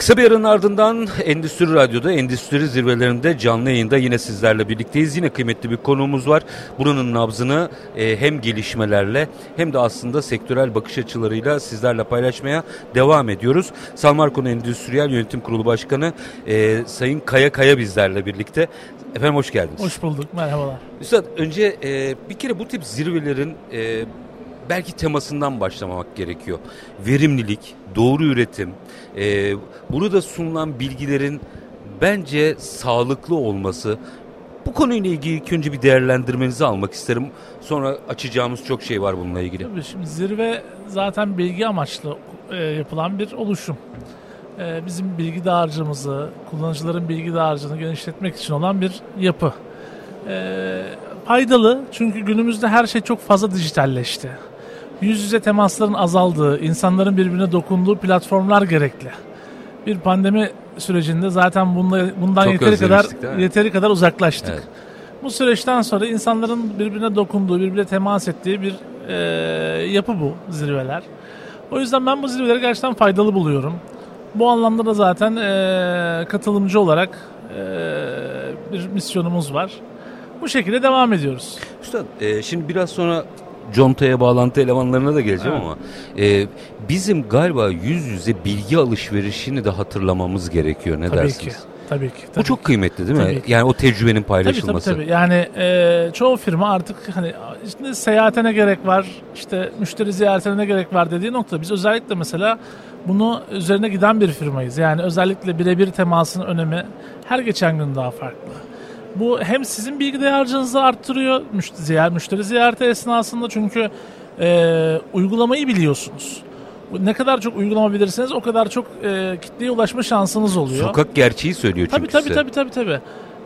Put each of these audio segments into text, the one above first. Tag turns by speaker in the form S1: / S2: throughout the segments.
S1: Kısa bir aranın ardından Endüstri Radyo'da, Endüstri Zirvelerinde canlı yayında yine sizlerle birlikteyiz. Yine kıymetli bir konuğumuz var. Buranın nabzını hem gelişmelerle hem de aslında sektörel bakış açılarıyla sizlerle paylaşmaya devam ediyoruz. Salmarkon Endüstriyel Yönetim Kurulu Başkanı Sayın Kaya Kaya bizlerle birlikte. Efendim hoş geldiniz.
S2: Hoş bulduk, merhabalar.
S1: Üstad, önce bir kere bu tip zirvelerin belki temasından başlamamak gerekiyor. Verimlilik, doğru üretim, burada sunulan bilgilerin bence sağlıklı olması. Bu konuyla ilgili ilk önce bir değerlendirmenizi almak isterim. Sonra açacağımız çok şey var bununla ilgili.
S2: Tabii şimdi zirve zaten bilgi amaçlı yapılan bir oluşum. Bizim bilgi dağarcığımızı, kullanıcıların bilgi dağarcığını genişletmek için olan bir yapı. Faydalı çünkü günümüzde her şey çok fazla dijitalleşti. Yüz yüze temasların azaldığı, insanların birbirine dokunduğu platformlar gerekli. Bir pandemi sürecinde zaten bundan yeteri kadar uzaklaştık. Evet. Bu süreçten sonra insanların birbirine dokunduğu, birbirine temas ettiği bir yapı bu zirveler. O yüzden ben bu zirveleri gerçekten faydalı buluyorum. Bu anlamda da zaten katılımcı olarak bir misyonumuz var. Bu şekilde devam ediyoruz.
S1: Üstad, şimdi biraz sonra contaya bağlantı elemanlarına da geleceğim, evet. Ama bizim galiba yüz yüze bilgi alışverişini de hatırlamamız gerekiyor. Ne dersiniz?
S2: Tabii ki.
S1: Bu çok kıymetli değil mi? Yani o tecrübenin paylaşılması.
S2: Tabii. Yani çoğu firma artık hani işte seyahate ne gerek var, işte müşteri ziyaretine ne gerek var dediği nokta. Biz özellikle mesela bunu üzerine giden bir firmayız. Yani özellikle birebir temasın önemi her geçen gün daha farklı. Bu hem sizin bilgi dağarcığınızı arttırıyor müşteri ziyareti esnasında çünkü uygulamayı biliyorsunuz. Ne kadar çok uygulama bilirseniz o kadar çok kitleye ulaşma şansınız oluyor.
S1: Sokak gerçeği söylüyor çünkü size.
S2: Tabii.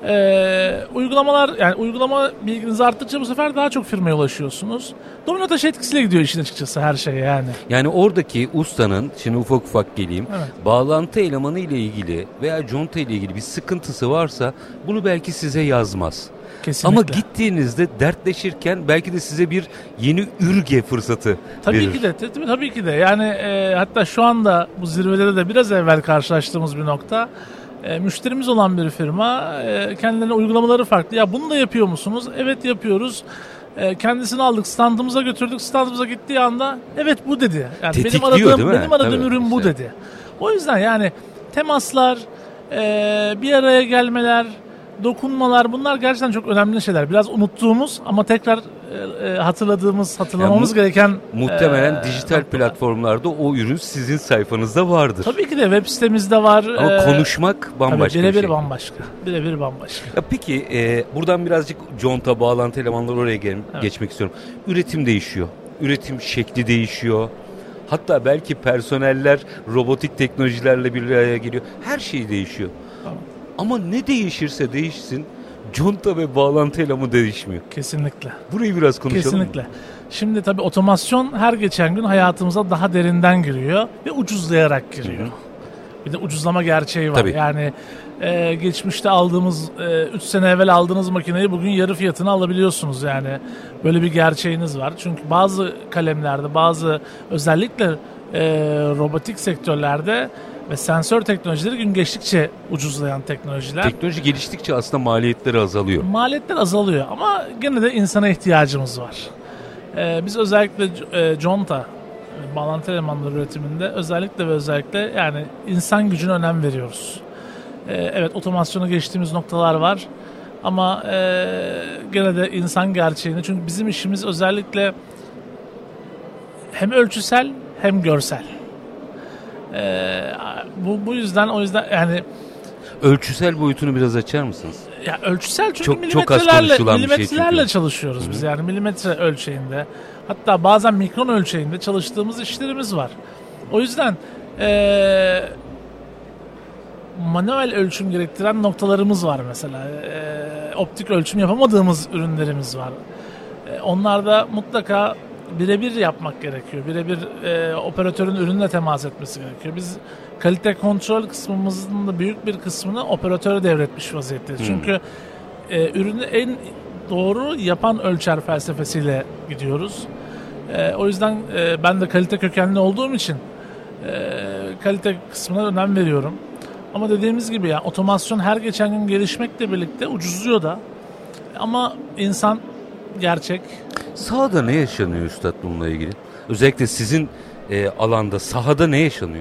S2: Uygulama bilginizi arttıkça bu sefer daha çok firmaya ulaşıyorsunuz. Domino taşı etkisiyle gidiyor işin açıkçası her şey yani. Yani
S1: oradaki ustanın, şimdi ufak geleyim, evet. Bağlantı elemanı ile ilgili veya conta ile ilgili bir sıkıntısı varsa bunu belki size yazmaz.
S2: Kesinlikle.
S1: Ama gittiğinizde dertleşirken belki de size bir yeni ürge fırsatı verir.
S2: Tabii ki de. Yani hatta şu anda bu zirvelerde de biraz evvel karşılaştığımız bir nokta. Müşterimiz olan bir firma, kendilerine uygulamaları farklı. Ya bunu da yapıyor musunuz? Evet yapıyoruz. Kendisini aldık, standımıza götürdük. Standımıza gittiği anda evet bu dedi. Yani benim aradığım ürün bu dedi. O yüzden yani temaslar, bir araya gelmeler, bunlar gerçekten çok önemli şeyler. Biraz unuttuğumuz ama tekrar hatırlamamız gereken
S1: muhtemelen dijital platformlarda o ürün sizin sayfanızda vardır.
S2: Tabii ki de web sitemizde var.
S1: Ama konuşmak bambaşka bir şey.
S2: Birebir bambaşka.
S1: Ya peki buradan birazcık conta bağlantı elemanları oraya geçmek istiyorum. Üretim değişiyor. Üretim şekli değişiyor. Hatta belki personeller robotik teknolojilerle bir araya geliyor. Her şey değişiyor. Tamam. Ama ne değişirse değişsin conta ve bağlantı elemanı değişmiyor.
S2: Kesinlikle.
S1: Burayı biraz konuşalım.
S2: Kesinlikle. Şimdi tabii otomasyon her geçen gün hayatımıza daha derinden giriyor ve ucuzlayarak giriyor. Hı-hı. Bir de ucuzlama gerçeği var. Tabii. Yani geçmişte aldığımız 3 sene evvel aldığınız makineyi bugün yarı fiyatına alabiliyorsunuz yani. Böyle bir gerçeğiniz var. Çünkü bazı kalemlerde, bazı özellikle robotik sektörlerde ve sensör teknolojileri gün geçtikçe ucuzlayan teknolojiler.
S1: Teknoloji geliştikçe aslında maliyetleri azalıyor.
S2: Maliyetler azalıyor ama gene de insana ihtiyacımız var. Biz özellikle conta, bağlantı elemanları üretiminde özellikle yani insan gücüne önem veriyoruz. Evet, otomasyona geçtiğimiz noktalar var ama gene de insan gerçeğini, çünkü bizim işimiz özellikle hem ölçüsel hem görsel. Bu yüzden yani
S1: ölçüsel boyutunu biraz açar mısınız?
S2: Ya ölçüsel çünkü milimetrelerle çalışıyoruz biz, yani milimetre ölçeğinde, hatta bazen mikron ölçeğinde çalıştığımız işlerimiz var. O yüzden manuel ölçüm gerektiren noktalarımız var mesela. Optik ölçüm yapamadığımız ürünlerimiz var. Onlarda mutlaka birebir yapmak gerekiyor. Birebir operatörün ürünle temas etmesi gerekiyor. Biz kalite kontrol kısmımızın da büyük bir kısmını operatöre devretmiş vaziyetteyiz. Çünkü ürünü en doğru yapan ölçer felsefesiyle gidiyoruz. O yüzden ben de kalite kökenli olduğum için kalite kısmına önem veriyorum. Ama dediğimiz gibi ya otomasyon her geçen gün gelişmekle birlikte ucuzluyor da. Ama insan gerçek.
S1: Sahada ne yaşanıyor Üstad bununla ilgili? Özellikle sizin alanda sahada ne yaşanıyor?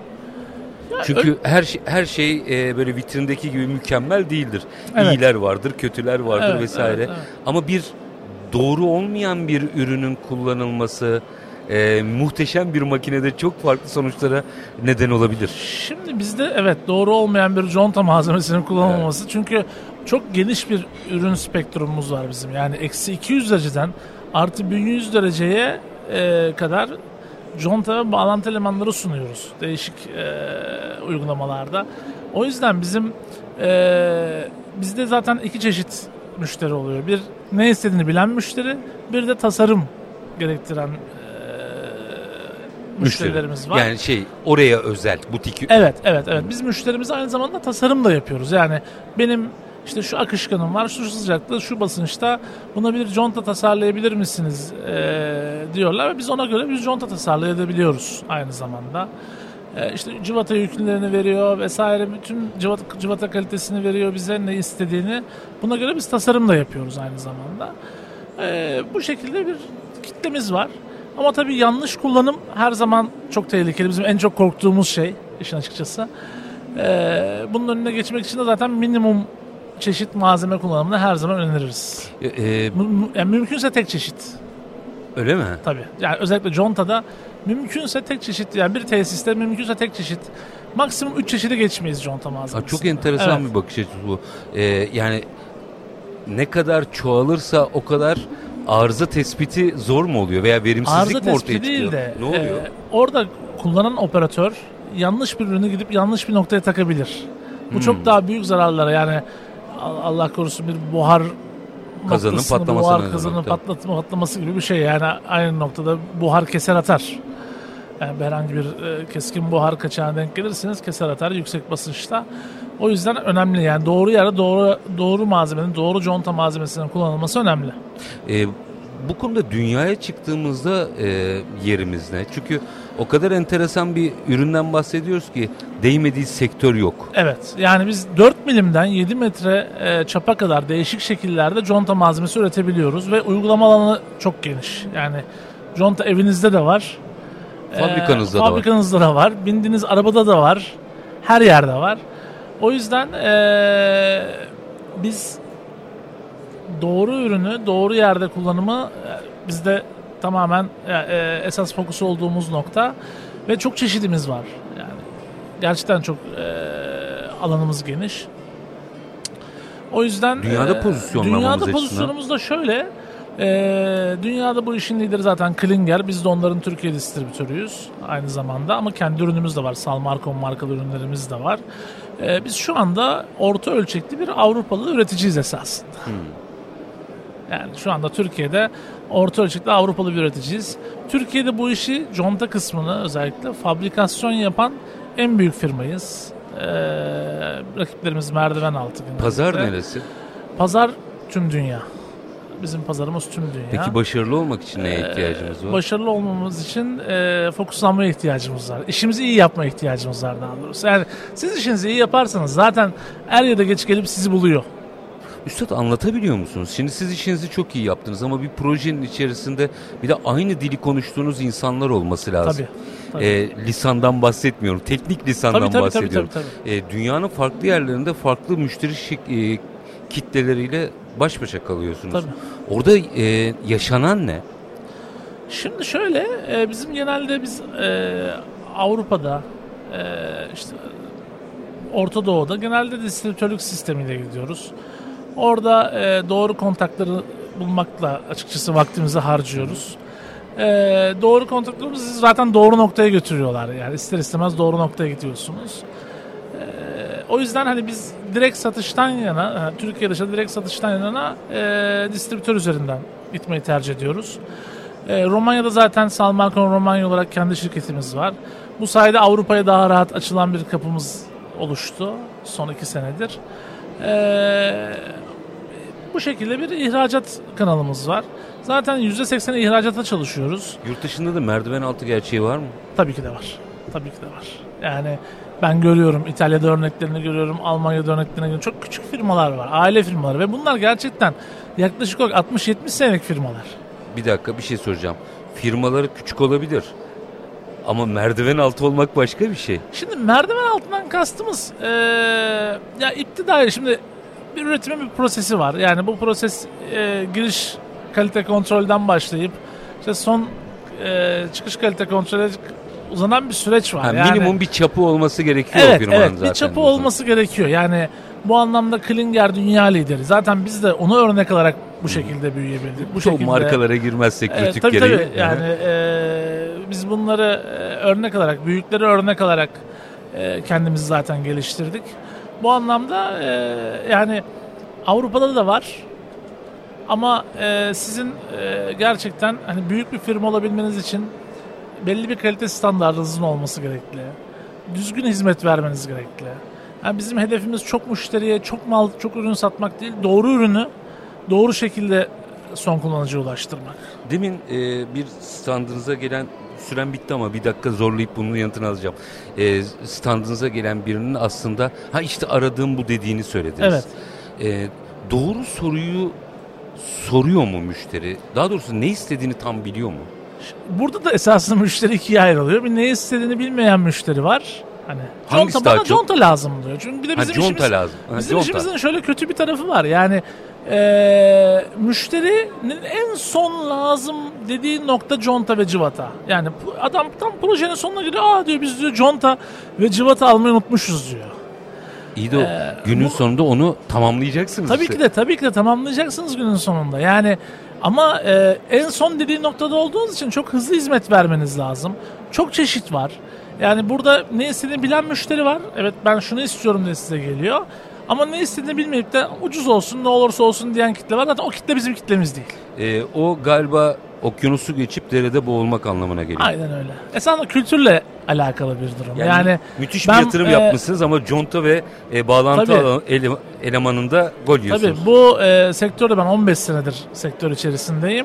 S1: Çünkü her şey böyle vitrindeki gibi mükemmel değildir.
S2: Evet.
S1: İyiler vardır, kötüler vardır
S2: Evet,
S1: vesaire.
S2: evet.
S1: Ama bir doğru olmayan bir ürünün kullanılması muhteşem bir makinede çok farklı sonuçlara neden olabilir.
S2: Şimdi bizde evet doğru olmayan bir conta malzemesinin kullanılması. Evet. Çünkü çok geniş bir ürün spektrumumuz var bizim. Yani eksi 200 dereceden artı 1100 dereceye kadar conta ve bağlantı elemanları sunuyoruz. Değişik uygulamalarda. O yüzden bizde zaten iki çeşit müşteri oluyor. Bir ne istediğini bilen müşteri, bir de tasarım gerektiren müşterilerimiz var.
S1: Yani oraya özel butik.
S2: Evet. Biz müşterimize aynı zamanda tasarım da yapıyoruz. Yani benim işte şu akışkanım var, şu sıcaklıkta, şu basınçta buna bir conta tasarlayabilir misiniz diyorlar ve biz ona göre bir conta tasarlayabiliyoruz aynı zamanda. İşte cıvata yüklerini veriyor vesaire, bütün cıvata kalitesini veriyor bize, ne istediğini. Buna göre biz tasarım da yapıyoruz aynı zamanda. Bu şekilde bir kitlemiz var. Ama tabii yanlış kullanım her zaman çok tehlikeli. Bizim en çok korktuğumuz şey işin açıkçası. Bunun önüne geçmek için de zaten minimum çeşit malzeme kullanımını her zaman öneririz. Yani mümkünse tek çeşit.
S1: Öyle mi?
S2: Tabii. Yani özellikle contada mümkünse tek çeşit, yani bir tesiste mümkünse tek çeşit. Maksimum 3 çeşide geçmeyiz conta malzemesi.
S1: Çok enteresan bir bakış açısı bu. Yani ne kadar çoğalırsa o kadar arıza tespiti zor mu oluyor veya verimsizlik
S2: arıza
S1: mi ortaya çıkıyor?
S2: Değil de,
S1: ne oluyor?
S2: Orada kullanan operatör yanlış bir ürünü gidip yanlış bir noktaya takabilir. Bu çok daha büyük zararlara, yani Allah korusun bir buhar
S1: kazanın
S2: patlaması gibi bir şey. Yani aynı noktada buhar keser atar. Yani herhangi bir keskin buhar kaçağına denk gelirseniz keser atar yüksek basınçta. O yüzden önemli, yani doğru yerde doğru malzemenin, doğru conta malzemesinin kullanılması önemli.
S1: Bu konuda dünyaya çıktığımızda yerimiz ne? Çünkü o kadar enteresan bir üründen bahsediyoruz ki değmediği sektör yok.
S2: Evet, yani biz 4 milimden 7 metre çapa kadar değişik şekillerde conta malzemesi üretebiliyoruz ve uygulama alanı çok geniş. Yani conta evinizde de var. Fabrikanızda da var. Bindiğiniz arabada da var. Her yerde var. O yüzden biz doğru ürünü doğru yerde kullanımı bizde tamamen esas fokus olduğumuz nokta ve çok çeşidimiz var. Yani gerçekten çok alanımız geniş. O yüzden
S1: dünyada
S2: pozisyonumuz da şöyle. Dünyada bu işin lideri zaten Klinger. Biz de onların Türkiye distribütörüyüz aynı zamanda, ama kendi ürünümüz de var. Salmarkon markalı ürünlerimiz de var. Biz şu anda orta ölçekli bir Avrupalı üreticiyiz esasında. Yani şu anda Türkiye'de orta ölçekli Avrupalı bir üreticiyiz. Türkiye'de bu işi conta kısmını özellikle fabrikasyon yapan en büyük firmayız. Rakiplerimiz merdiven altı.
S1: Pazar neresi?
S2: Pazar tüm dünya. Bizim pazarımız tüm dünya.
S1: Peki başarılı olmak için neye ihtiyacımız var?
S2: Başarılı olmamız için fokuslanmaya ihtiyacımız var. İşimizi iyi yapmaya ihtiyacımız var daha doğrusu. Yani siz işinizi iyi yaparsanız zaten er ya da geç gelip sizi buluyor.
S1: Üstad, anlatabiliyor musunuz? Şimdi siz işinizi çok iyi yaptınız ama bir projenin içerisinde bir de aynı dili konuştuğunuz insanlar olması lazım. Tabii. Lisandan bahsetmiyorum. Teknik lisandan bahsediyorum. Tabii. Dünyanın farklı yerlerinde farklı müşteri kitleleriyle baş başa kalıyorsunuz.
S2: Tabii.
S1: Orada yaşanan ne?
S2: Şimdi şöyle, bizim genelde Avrupa'da, işte Orta Doğu'da genelde distribütörlük sistemiyle gidiyoruz. Orada doğru kontakları bulmakla açıkçası vaktimizi harcıyoruz. Doğru kontaklarımızı zaten doğru noktaya götürüyorlar. Yani ister istemez doğru noktaya gidiyorsunuz. O yüzden hani biz direkt satıştan yana, Türkiye dışında direkt satıştan yana distribütör üzerinden gitmeyi tercih ediyoruz. Romanya'da zaten Salmarkon Romanya olarak kendi şirketimiz var. Bu sayede Avrupa'ya daha rahat açılan bir kapımız oluştu son 2 senedir. Bu şekilde bir ihracat kanalımız var. Zaten %80 ihracata çalışıyoruz.
S1: Yurt dışında da merdiven altı gerçeği var mı?
S2: Tabii ki de var. Yani Ben görüyorum. İtalya'da örneklerini görüyorum. Almanya'da örneklerini görüyorum. Çok küçük firmalar var. Aile firmaları. Ve bunlar gerçekten yaklaşık olarak 60-70 senelik firmalar.
S1: Bir dakika, bir şey soracağım. Firmaları küçük olabilir. Ama merdiven altı olmak başka bir şey.
S2: Şimdi merdiven altından kastımız ya iptidai, şimdi bir üretimin bir prosesi var. Yani bu proses giriş kalite kontrolden başlayıp işte son çıkış kalite kontrolü uzanan bir süreç var. Yani,
S1: minimum bir çapı olması gerekiyor
S2: evet,
S1: firmanın
S2: evet,
S1: zaten.
S2: bir çapı olması gerekiyor. Yani bu anlamda Klinger dünya lideri. Zaten biz de onu örnek alarak bu şekilde büyüyebildik. Bu
S1: Çok
S2: şekilde
S1: markalara girmezsek rütük
S2: tabii,
S1: gereği.
S2: tabii. Yani biz bunları örnek alarak, büyükleri örnek alarak kendimizi zaten geliştirdik. Bu anlamda yani Avrupa'da da var. Ama sizin gerçekten hani büyük bir firma olabilmeniz için belli bir kalite standartınızın olması gerekli. Düzgün hizmet vermeniz gerekli. Yani bizim hedefimiz çok müşteriye, çok mal, çok ürün satmak değil. Doğru ürünü doğru şekilde son kullanıcıya ulaştırmak.
S1: Demin bir standınıza gelen, süren bitti ama bir dakika zorlayıp bunun yanıtını alacağım. Standınıza gelen birinin aslında işte aradığım bu dediğini söylediniz.
S2: Evet.
S1: Doğru soruyu soruyor mu müşteri? Daha doğrusu ne istediğini tam biliyor mu?
S2: Burada da esasında müşteri ikiye ayrılıyor. Bir ne istediğini bilmeyen müşteri var. Hani bana conta lazım diyor. Çünkü bir de bizim işimiz,
S1: lazım.
S2: Bizim işimizin şöyle kötü bir tarafı var. Yani müşterinin en son lazım dediği nokta conta ve cıvata. Yani adam tam projenin sonuna giriyor. Diyor biz diyor conta ve cıvata almayı unutmuşuz diyor.
S1: İyi de günün sonunda onu tamamlayacaksınız.
S2: Tabii ki de tamamlayacaksınız günün sonunda. Yani ama en son dediği noktada olduğunuz için çok hızlı hizmet vermeniz lazım. Çok çeşit var. Yani burada ne istediğini bilen müşteri var. Evet, ben şunu istiyorum diye size geliyor. Ama ne istediğini bilmeyip de ucuz olsun, ne olursa olsun diyen kitle var. Zaten o kitle bizim kitlemiz değil.
S1: O galiba okyanusu geçip derede boğulmak anlamına geliyor.
S2: Aynen öyle. Esasında kültürle alakalı bir durum. Yani
S1: müthiş bir yatırım yapmışsınız ama conta ve bağlantı elemanında gol yiyorsunuz.
S2: Tabii bu sektörde ben 15 senedir sektör içerisindeyim.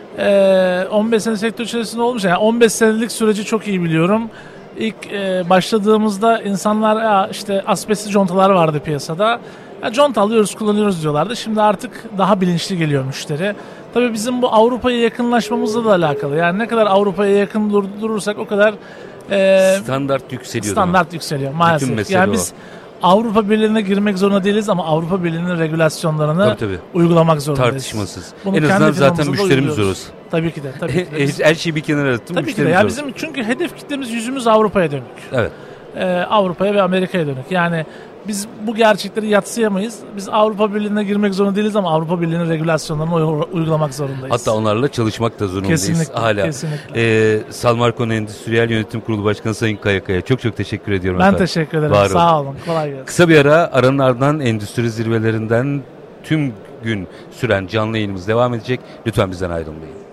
S2: 15 sene sektör içerisinde olmuş. Yani 15 senelik süreci çok iyi biliyorum. İlk başladığımızda insanlar işte asbestli contalar vardı piyasada. Conta alıyoruz, kullanıyoruz diyorlardı. Şimdi artık daha bilinçli geliyor müşteri. Tabii bizim bu Avrupa'ya yakınlaşmamızla da alakalı. Yani ne kadar Avrupa'ya yakın durursak o kadar
S1: standart yükseliyor.
S2: Standart yükseliyor maalesef. Yani biz Avrupa Birliği'ne girmek zorunda değiliz ama Avrupa Birliği'nin regülasyonlarını uygulamak zorundayız.
S1: Tartışmasız. En azından zaten müşterimiz orası.
S2: Tabii ki de.
S1: Her şeyi bir kenara attım.
S2: Tabii ki de. Ya bizim çünkü hedef kitlemiz, yüzümüz Avrupa'ya dönük.
S1: Evet.
S2: Avrupa'ya ve Amerika'ya dönük. Yani biz bu gerçekleri yadsıyamayız. Biz Avrupa Birliği'ne girmek zorunda değiliz ama Avrupa Birliği'nin regülasyonlarını uygulamak zorundayız.
S1: Hatta onlarla çalışmak da zorundayız.
S2: Kesinlikle.
S1: Salmarkon Endüstriyel Yönetim Kurulu Başkanı Sayın Kayakaya çok teşekkür ediyorum.
S2: Ben teşekkür ederim. Sağ olun. Kolay gelsin.
S1: Kısa bir aranın ardından endüstri zirvelerinden tüm gün süren canlı yayınımız devam edecek. Lütfen bizden ayrılmayın.